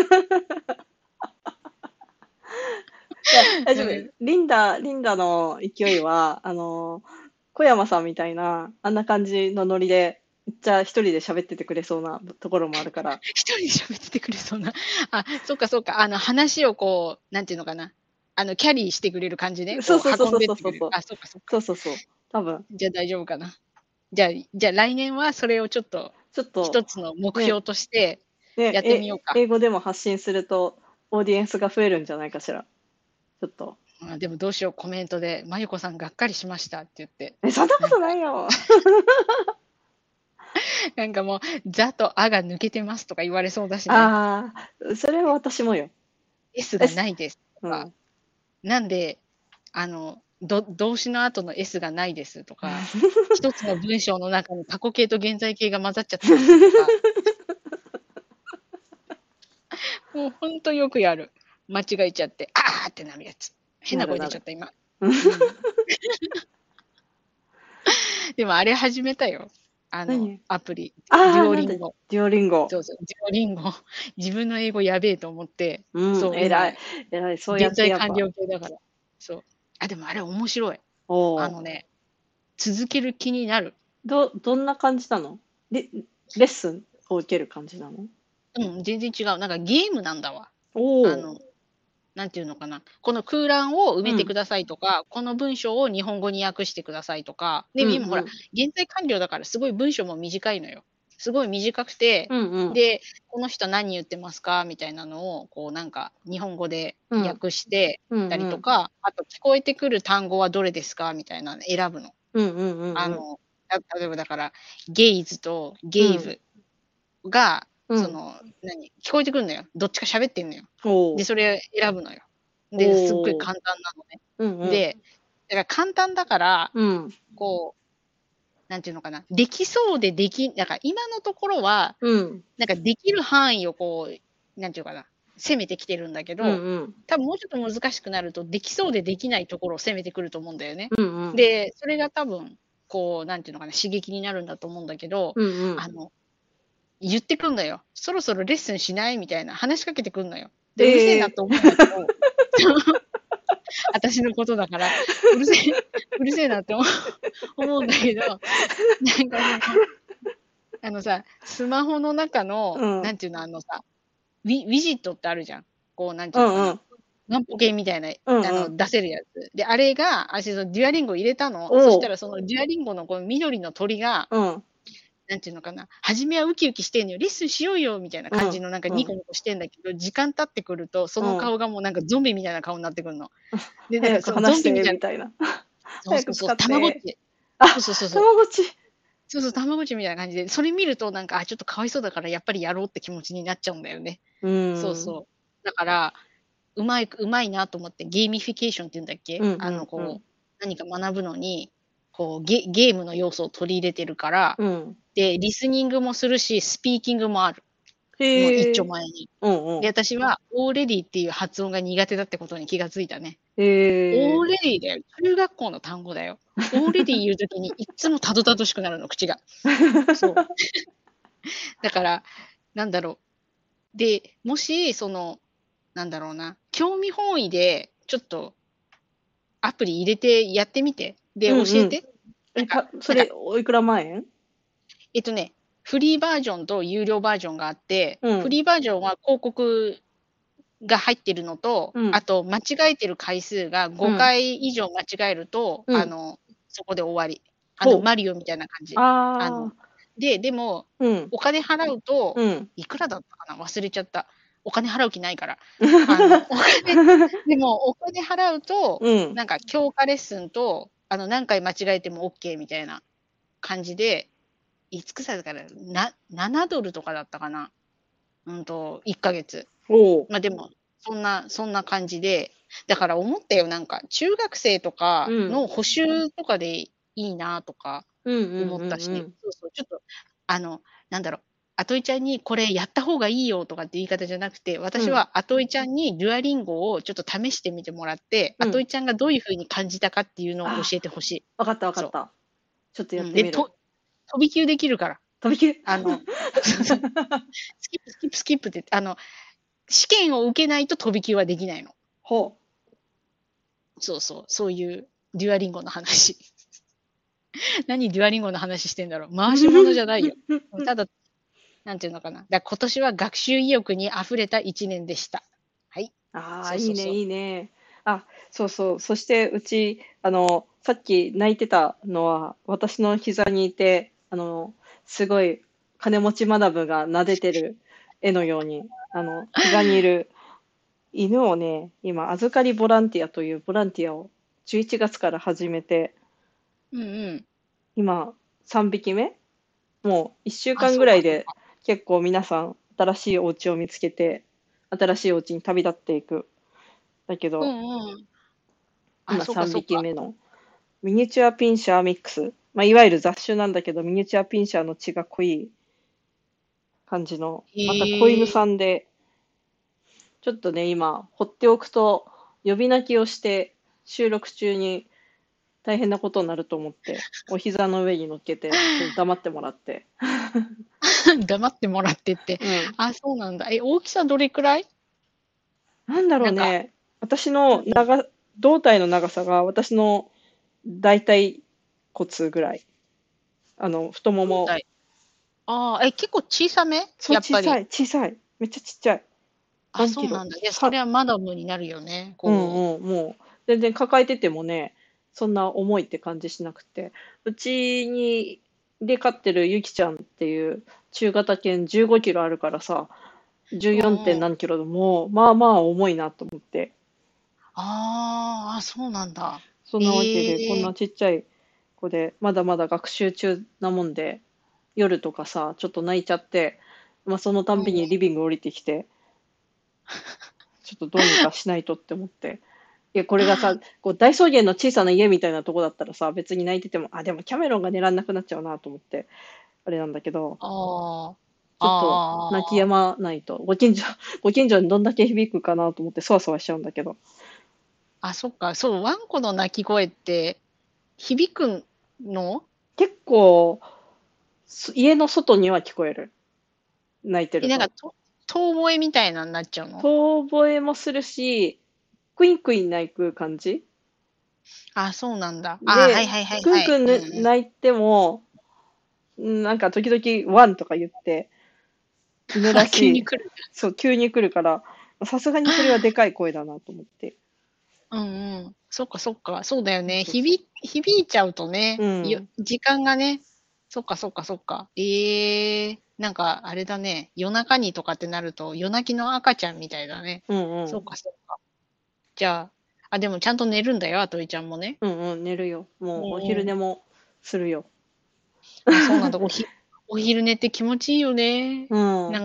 いや、大丈夫。 うん。 リンダ、リンダの勢いは、あの、小山さんみたいな、あんな感じのノリで、めっちゃ一人で喋っててくれそうなところもあるから。 一人で喋っててくれそうな。あ、そっかそっか。あの、話をこう、なんていうのかな、あの、キャリーしてくれる感じね。 そうこう運んそうそうそうでってくれる。 そうそうそう。 あ、そっかそっか。 そうそうそう。多分、 じゃあ大丈夫かな。じゃあじゃあ来年はそれをちょっと、 ちょっと、 一つの目ね、 標としてね、 やってみようえ、 か。 英語でも発信すると、オーディエンスが増えるんじゃないかしら。ちょっと。 あ、でもどうしよう、コメントで、「まゆこさんがっかりしました」って言って。 え、そんなこなんか、 とないよ。 なんかもう、ザとアが抜けてますとか言われそうだしね。 ああ、それは私もよ。 S がないですとか、 うん。 なんで、あの、ど動詞の後の S がないですとか、一つの文章の中に過去形と現在形が混ざっちゃってますとか、もうほんとよくやる。間違えちゃって、あーってなるやつ。変な声出ちゃった、今。うん。でもあれ始めたよ。あの、 何アプリ。デああ、なんだ、 ュオリンゴ。 デュオリンゴ。 そうそう、デュオリンゴ。自分の英語やべえと思って、 うん、 そう、 偉い。 今、 偉い。そうや現在完ってやっぱ。 了形だから。そう。あ、でもあれ面白い。あおお。 のね、続ける気になる。 ど、どんな感じなの？レ、レッスンを受ける感じなの？ うん、全然違う。なんかゲームなんだわ。 おお。 あの、なんていうのかな。この空欄を埋うん。 めてくださいとか、この文章を日本語に訳してくださいとか。で、 うん今ほら、 うん。 現在完了だからすごい文章も短いのよ。すごい短くて、 うんうん。 で、この人何言ってますかみたいなのを、こうなんか日本語でうん。 訳してたうんうん。 りとか、あと聞こえてくる単語はどれですかみたいなの選ぶの。 うんうんうんうん。 あの、た例えばだから、ゲイズとゲうん。 イブが、 うん。 その、何、聞こえてくるのよ。どっちか喋ってんのよ。で、 おお。 それ選ぶのよ。で、すっごいおお。 簡単なのね。 うんうん。 で、だから簡単だから、 うん。 こう、なんていうのかな、できそうでできだから今のところは、 うん。 なんかできる範囲をこう、なんていうかな、攻めてきてるんだけうんど、 うん。 多分もうちょっと難しくなると、できそうでできないところを攻めてくると思うんだよね。 うんうん。 で、それが多分、こう、なんていうのかな、刺激になるんだと思うんだけど、 うんうん。 あの、言ってくんのよ。そろそろレッスンしないみたいな話しかけてくんのよ。で、うるせえええ。 なと思うんだけど、私のことだから、うるせえ、うるせえなって思う思うんだけど、なんかその、あのさ、スマホの中の、 うん。 なんていうの、あのさ、ウィウィジットってあるじゃん。こう、なんていうのかな、 うんうん。 万歩計みたいな、あの、 うんうん。 出せるやつ。で、あれが、あ、しそのデュアリンゴ入れたの。そしおお。 たらそのデュアリンゴのこの緑の鳥が、 うん。 なんていうのかな、初めはウキウキしてんのよ。レッスンしようよみたいなうん。 感じのなんかうん。 ニコニコしてんだけど、時間経ってくると、そうん。 の顔がもうなんかゾンビみたいな顔になってくるの。で、なん早くかそのゾ話してンビみたいな、 みたいな。 そうそうそう、 早く使って。 たまごっち。 あ、 そうそうそうそう。 たまごっち。 そうそう、たまごっちみたいな感じで、それ見るとなんか、あ、ちょっとかわいそうだからやっぱりやろうって気持ちになっちゃうんだよね。 うーん。 そうそう。だから、うまいうまいなと思って、ゲーミフィケーションっていうんだっけ？ うんうあの、 んうん。 こう、何か学ぶのに、こう、ゲゲームの要素を取り入れてるから、 うん。 で、リスニングもするし、スピーキングもある。もう一へえ。 丁前に。で、 うんうん。 私はオーレディっていう発音が苦手だってことに気がついたね。 へえ。 オーレディだよ。中学校の単語だよ。オーレディ言う時にいっつもたどたどしくなるの、口が。そう。だから、なんだろう。で、もし、その、なんだろうな、興味本位でちょっとアプリ入れてやってみて。で、 うんうん。 教えて。なんえ、 かたそなんか、 れおいくら万円？ えっとね、フリーバージョンと有料バージョンがあって、 うん。 フリーバージョンは広告が入ってるのと、 うん。 あと間違えてる回数が5 うん。 回以上間違えると、 うん。 あの、そこで終わり。あの、 ほう。 マリオみたいな感じ。あの、 ああ。 で、でも、 うん。 お金払うと、 うん。 いくらだったかな、忘れちゃった。お金払う気ないから。あの、お金でもお金払うと、 うん。 なんか強化レッスンと、あの、何回間違えてもオッケーみたいな感じで、いつくさだから、なななドルとかだったかな。うんと、いっかげつ。 おお。 ま、でも、そんなそんな感じで、だから思ったよ、なんか、中学生とかうん。 の補習とかでいいなとかうんうん思ったし、 うんうん。 そうそう、ちょっと、あの、なんだろう、あといちゃんにこれやった方がいいよとかって言い方じゃなくて、 うん。 私はあといちゃんにデュアリンゴをちょっと試してみてもらって、 うん。 あといちゃんがどういう風に感じたかっていうのをあ教えて欲しい。 あ、わかったわかっそた。ちょっとう。うん、で、 やってみる。 と飛び級できるから。 飛び級。 あの、そうそう、スキップスキップスキップって、あの、試験を受けないと飛び級はできないの。 ほう。 そうそう、そういうデュアリンゴの話。何デュアリンゴの話してんだろう。回し物じゃないよ。ただ、なんていうのかな。だ今年は学習意欲に溢れたいちねんでした。はい。 ああ、 そうそうそう。 いいねいいね。あ、そうそう。そしてうち、あの、さっき泣いてたのは、私の膝にいて、あの、すごい金持ちマダムが撫でてる絵のように、あの、膝にいる犬をね、今、預かりボランティアというボランティアをじゅういちがつから始めて、 うんうん。 今、さんびきめもういっしゅうあ、 かんそうぐらいでかそうか。 結構皆さん新しいお家を見つけて、新しいお家に旅立っていく。だけうど、 んうん。あ、 今そうか 3 そうか。 匹目のミニチュアピンシャーミックス。まあ、いわゆる雑種なんだけど、ミニチュアピンシャーの血が濃い感じの、また子犬へえ。 さんで、ちょっとね、今、放っておくと、呼び泣きをして、収録中に大変なことになると思って、お膝の上に乗っけて、ちょっと黙ってもらって。 黙ってもらってって。 うん。 あ、そうなんだ。え、大きさどれくらい？ なんだろなんか、 うね、私うんうん。 の長、胴体の長さが私の大腿骨ぐらい。あの、太もも。 胴体。ああ、え、結構小さめ？ そう、 やっぱり。 小さい、小さい。めっちゃちっちゃい。 あ、 何キロそうなんだ。で、そさ、 れはマダムになるよね、こう。 うんうん、もう、全然抱えててもね、そんな重いって感じしなくて。うちに、で飼ってるゆきちゃんっていう中型犬じゅうごキロあるからさ、 うじゅうよん. んうん。 点何キロでも、まあまあ重いなと思って。 ああ、あ、そうなんだ。 そんなわけで、こんええ。 なちっちゃい子で、まだまだ学習中なもんで、夜とかさ、ちょっと泣いちゃって、まあそのたんびうん。 にリビング降りてきて、ちょっとどうにかしないとって思って。いや、これがさ、こう大草原の小さな家みたいなとこだったらさ、別に泣いてても、あ、でもキャメロンが寝らんなくなっちゃうなと思って、あれなんだけど、 ああ。あちょっとああ泣き止あ。 まないと、ご近所、ご近所にどんだけ響くかなと思って、そわそわしちゃうんだけど。 あ、そっか、そう、ワンコの鳴き声って響くの？ 結構、す家の外には聞こえる。泣いてえ、なんか、 ると。 と遠吠えみたいなんなっちゃうの？ 遠吠えもするし、クインクイン鳴く感じあ、そうなんだ。ああ、はいで、 はいはいはい。 クンクンぬうんうん。 鳴いても、んなんか時々ワンとか言って、犬ら急しい、 に来る。 そう、急に来るから、さすがにそれはでかい声だなと思って。 うんうん。そっかそっか、そうだよね。 そうそ響響いちゃうとう。 ね、ようん。 時間がね、そっかそっかそっか。ええ、なんかあれだね、夜中にとかってなると、夜泣きの赤ちゃんみたいだね。 うんうそっん。 かそっか。じゃあ、あ、でもちゃんと寝るんだよ、アトイちゃんもね。 うんうん、寝るよ。 うもうおんうん。 昼寝もするよ。 あ、そうなんだ。おひお昼寝って気持ちいいよね。 うん。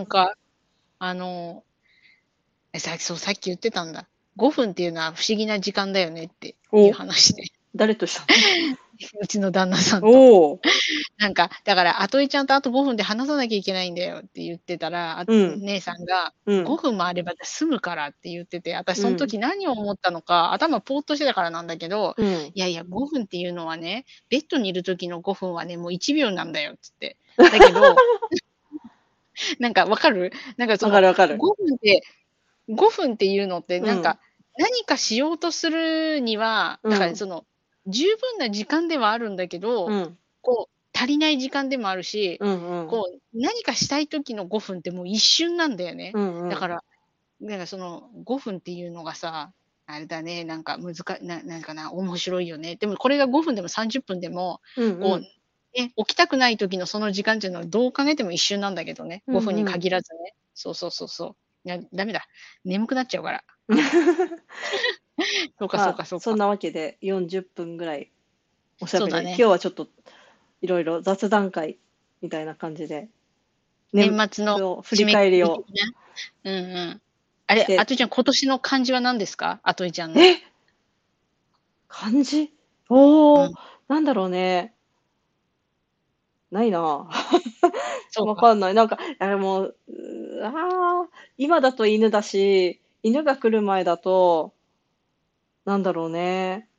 なんか、あの、え、さそう、さっき言ってたんだ。ごふんっていうのは不思議な時間だよねっていうお、 話で、 誰としたの？ うちの旦那さんと。 おお。 なんか、だから、アトイちゃんとあとごふんで話さなきゃいけないんだよって言ってたら、あうん。 姉さんがうん。 ごふんもあれば済むからって言ってて、私そんうん。 時何を思ったのか、頭ぽーっとしてたからなんだけど、 うん。 いやいや、ごふんっていうのはね、ベッドにいる時のごふんはね、もういちびょうなんだよっつって。だけど、なんかわかる？なんかそわかのるわかる。 ごふんってごふんっていうのってうん。 なんか、何かしようとするには、だからうん。 その、十分な時間ではあるんだけど、 うん。 こう、足りない時間でもあるし、 うんうん。 こう、何かしたい時のごふんってもう一瞬なんだよね。 うんうん。 だから、なんかそのごふんっていうのがさ、あれだね、なんかむずかななんかな、面白いよね。でもこれがごふんでもさんじゅっぷんでも、こう、 うんうん。 ね、起きたくない時のその時間っていうのはどう考えても一瞬なんだけどね。 うごふんにんうん。 限らずね。そうそうそうそう。いや、ダメだ。眠くなっちゃうから。うん。そうかまあ、 そうかそうか。 そんなわけでよんじゅっぷんぐらいおしゃべり。今そうだね。 日はちょっといろいろ雑談会みたいな感じで、年年末の末を振り締めくく返りをり的な。うんうん。あれ、あして、 といちゃん、今年の漢字は何ですか？あといちゃんの。 え、漢字おお、 うん。 なんだろうね。ないな。 そうか。 わかんない。なんか、あれもう、うああ、今だと犬だし、犬が来る前だと、なんだろうね。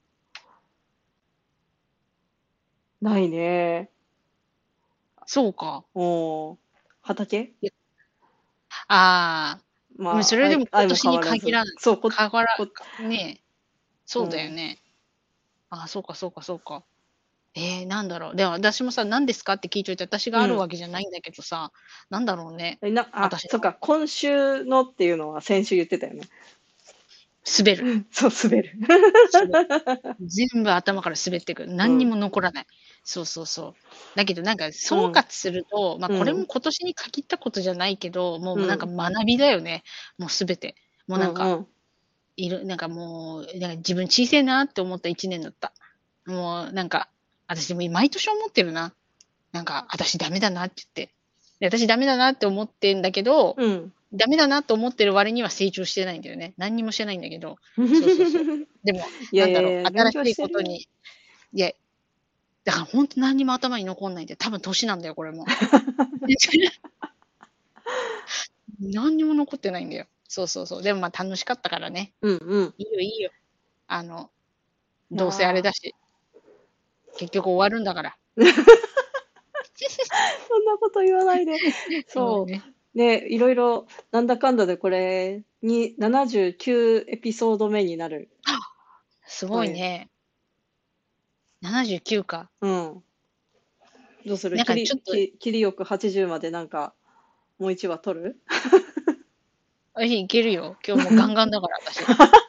ないね。 そうか。 おー畑いや、ああ、うん、そまあ、 れで愛愛もも今年に変わらず。 限らない。 そう、こ、 かがらこ、 かね、そうだようん。 ね。ああ、そうかそうかそうか。ええ、なんだろう。でも私もさ、何ですかって聞いといて、私があるうん。 わけじゃないんだけどさ、なんだろうね。 え、な、あ、 私のそっか、今週のっていうのは先週言ってたよね。 滑る。 そう、滑る。 滑る。全部頭から滑ってくる。何にもうん。 残らない。そうそうそう。だけどなんかうん。 総括すると、ま、これもうん。 今年に限ったことじゃないけど、もうなんかうん。 学びだよね。もう全て。もううなんか、 んうん。 いるなんかもう、なんか自分小せえなって思ったいちねんだった。もうなんか、私も毎年思ってるな。 なんか、私ダメだなって言って。で、私ダメだなって思ってんだけど、 うん。 ダメだなと思ってる割には成長してないんだよね。何にもしてないんだけど。そうそうそう。でも、 いやなんだろう、 いやいや、勉新しい強してるよ。 ことに、いや、だからほんと何にも頭に残んないんで、多分年なんだよ、これも。何にも残ってないんだよ。そうそうそう。でもまあ楽しかったからね。 うんうん。 いいよいいよ。あの、 いどうせあれやだし。結局終わるんだから。 そんなこと言わないで。そごめんね。 う。ね、いろいろなんだかんだでこれにななじゅうきゅうエピソード目になる。 すこれ。 ごいね。ななじゅうきゅうか。 うん。どうする？ なんきりかちょっと、 き切りよくはちじゅうまでなんかもういちわ取る？ あ、いけるよ。今日もうガンガンだから、私。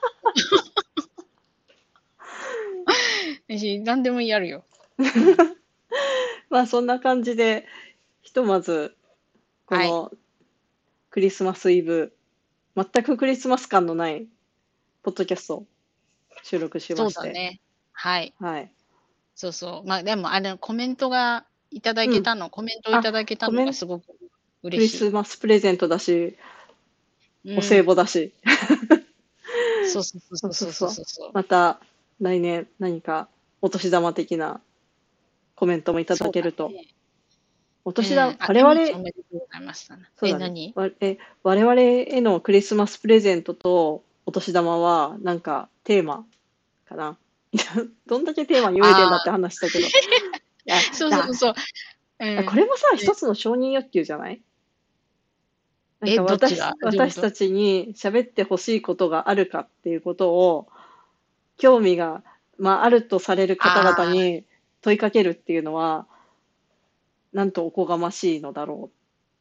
私、何でもやるよ。うん。 まあそんな感じで、ひとまずこはい。 のクリスマスイブ、全くクリスマス感のないポッドキャストを収録しまそうして。 だね。はい。 はい。 そうそう。まあ、でもあの、コメントがいただうん。 けたのコメントをいあ、 ただけたコメンのがすごくクリ嬉しい。 スマスプレゼントだし、お歳うん。 暮だし。 そうそうそうそうそうそうそうそう。 そうそう。 また来年何かお年玉的なコメントもいただそうけると。 だね。 おうん。 年玉、 あ、 我々、 エミちゃんおめでとうございましたな。え、 そうだね。 何？ わえ、我々へのクリスマスプレゼントとお年玉はなんかテーマかな。どんだけテーマに飢えてんだってああ、 話だけど。いや、 そうそだ、 うそう。うん。 これもさ、 ね、 一つの承認欲求じゃない？なんえ、 かどっちが？ 私、 どういうこと？ 私たちに喋ってほしいことがあるかっていうことを、興味が、まあ、あるとされる方々 ああ、 に問いかけるっていうのは、なんとおこがましいのだろ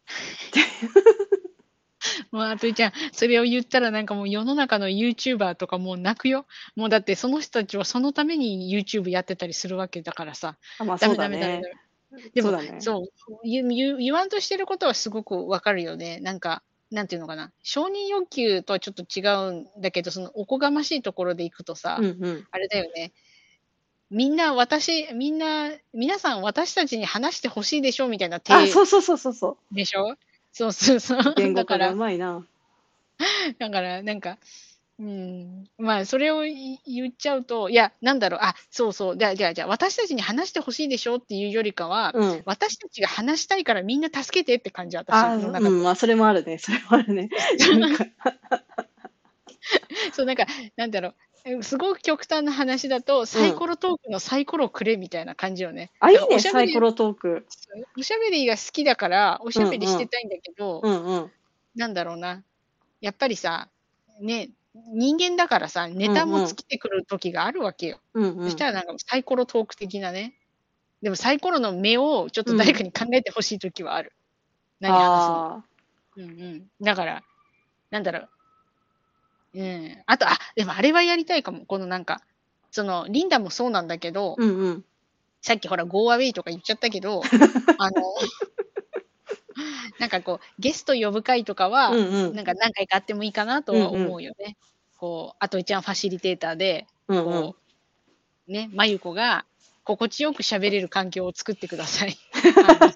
もうあといちゃん、それを言ったらなんかもう世の中のユーチューバーとかもう泣くよ。もうだってその人たちはそのために YouTube やってたりするわけだからさ。 う。あ、まあそうダメだね。 ダメダメダメ。でも、 そうだね。 そう、言う言う言わんとしてることはすごくわかるよね。なんか、なんていうのかな。承認欲求とはちょっと違うんだけど、そのおこがましいところでいくとさ、 うんうん。 あれだよね。みんな私みんな皆さん私たちに話して欲しいでしょみたいなあ、そ体うそうそうそうそでしょ？そうそうそう。 う。言語化がうだからまいな。 だからなんか、うん、まあ、それをい言っちゃうと、いや、なんだろう、あ、そうそう、じゃあじゃあじゃあ、私たちに話して欲しいでしょっていうよりかは、 うん。 私たちが話したいからみんな助けてって感じ、私あ、 の中で。 うん、まあそれもあるね。それもあるね。なんか、 そう、なんか、なんだろう、え、すごく極端な話だと、 うん。 サイコロトークのサイコロくれみたいな感じよね。 あ、いいだからおね、 しゃべりサイコロトーク。 おしゃべりが好きだから、おしゃべりうんうん。 してたいんだけど、 うんうん。 なんだろうな、やっぱりさ、ね、人間だからさ、ネタもうんうん。 尽きてくる時があるわけよ。 うんうん。 そしたらなんかサイコロトーク的なね。でもサイコロの目をちょっと誰かうん。 に考えて欲しい時はある。何話すのか。 ああ。 うんうん。だから、なんだろう。うん。あと、あ、でもあれはやりたいかも。このなんか、その、リンダもそうなんだけど、 うんうん。 さっきほら、ゴーアウェイとか言っちゃったけど、あの、なんかこう、ゲスト呼ぶ会とかは、 うんうん。 なんか何回かあってもいいかなとはうんうん。 思うよね。こう、あといちゃんファシリテーターで、 うんうん。 こう、ね、まゆこが心地よく喋れる環境を作ってください。あの、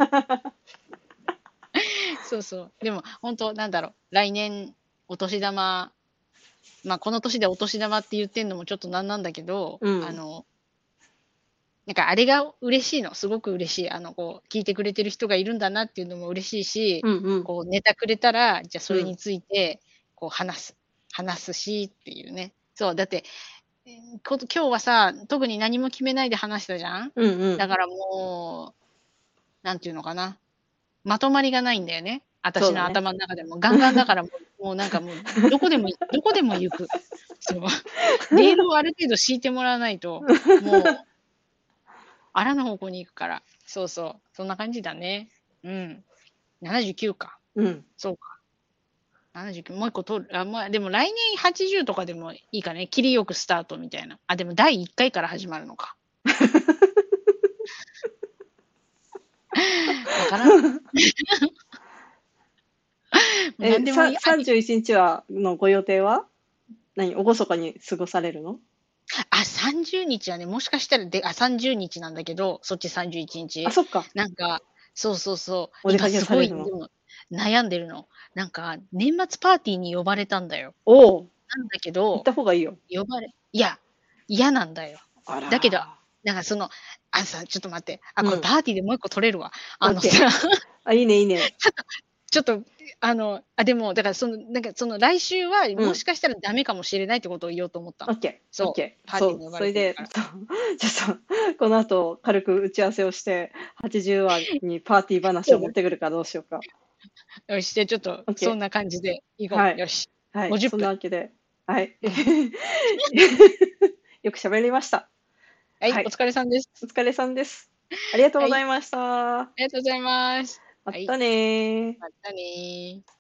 そうそう。でも、本当なんだろう、来年、お年玉、まあ、この年でお年玉って言ってんのもちょっとなんなんだけど、 うん。 あの、なんかあれが嬉しいの。すごく嬉しい。あの、こう、聞いてくれてる人がいるんだなっていうのも嬉しいし、 うんうん。 こう、ネタくれたら、じゃあそうん。 れについて、こう、話す。話すしっていうね。そう、だって、こ今日はさ、特に何も決めないで話したじゃん？ うんうん。 だからもう、なんていうのかな、まとまりがないんだよね。私のそうだね。 頭の中でも。ガンガンだからもうもうなんかもう、どこでもどこでも行く。そう。レールをある程度敷いてもらわないと、もう、あらぬ方向に行くから。そうそう。そんな感じだね。うん。ななじゅうきゅうか。 うん。 そうか。ななじゅうきゅう、もう一個取る。あ、まあ、でも来年はちじゅうとかでもいいかね。切りよくスタートみたいな。あ、でもだいいっかいから始まるのか。わからん。もうえ、さ何でもいい。あ、 さんじゅういちにちはのご予定は？何、厳かに過ごされるの？ あ、さんじゅうにちはね、もしかしたらであ、さんじゅうにちなんだけど、そっちさんじゅういちにあ、 ち。 そっか。 なんか、そうそうそう、 お出かけ今すごい、 されるの？ でも悩んでるの。なんか、年末パーティーに呼ばれたんだよ。 おお。 なんだけ行っど、 た方がいいよ。 呼ばれいや、嫌なんだよ。 あだけど、 ら。 なんかその、あ、さ、ちょっと待って、あ、これうん。 パーティーでもういっこ取れるわ。あオッケー。 のさ、 あ、いいねいいね。 ちょっとちょっと、あの、あ、でも、だからその、なんかその来週は、 うん。 もしかしたらダメかもしれないってことを言おうと思ったの。 オッケー、オッそう、 ケー。そう、 パーティーに呼ばそれで、 れてるから。 そう、ちょっと、この後軽く打ち合わせをして、はちじゅうわにパーティー話を持ってくるかどうしようか。 よし、じゃあちょっと、 オッケそんな感じで行ー。 こう。 はい。 よし。 はい。 50 そんな分。 わけで、はい。 うん。 よく喋りました。 はい、おはい。 疲れさんです。 お疲れさんです。ありがとうはい。 ございました。 ありがとうございます。はい。 まったね。 またね。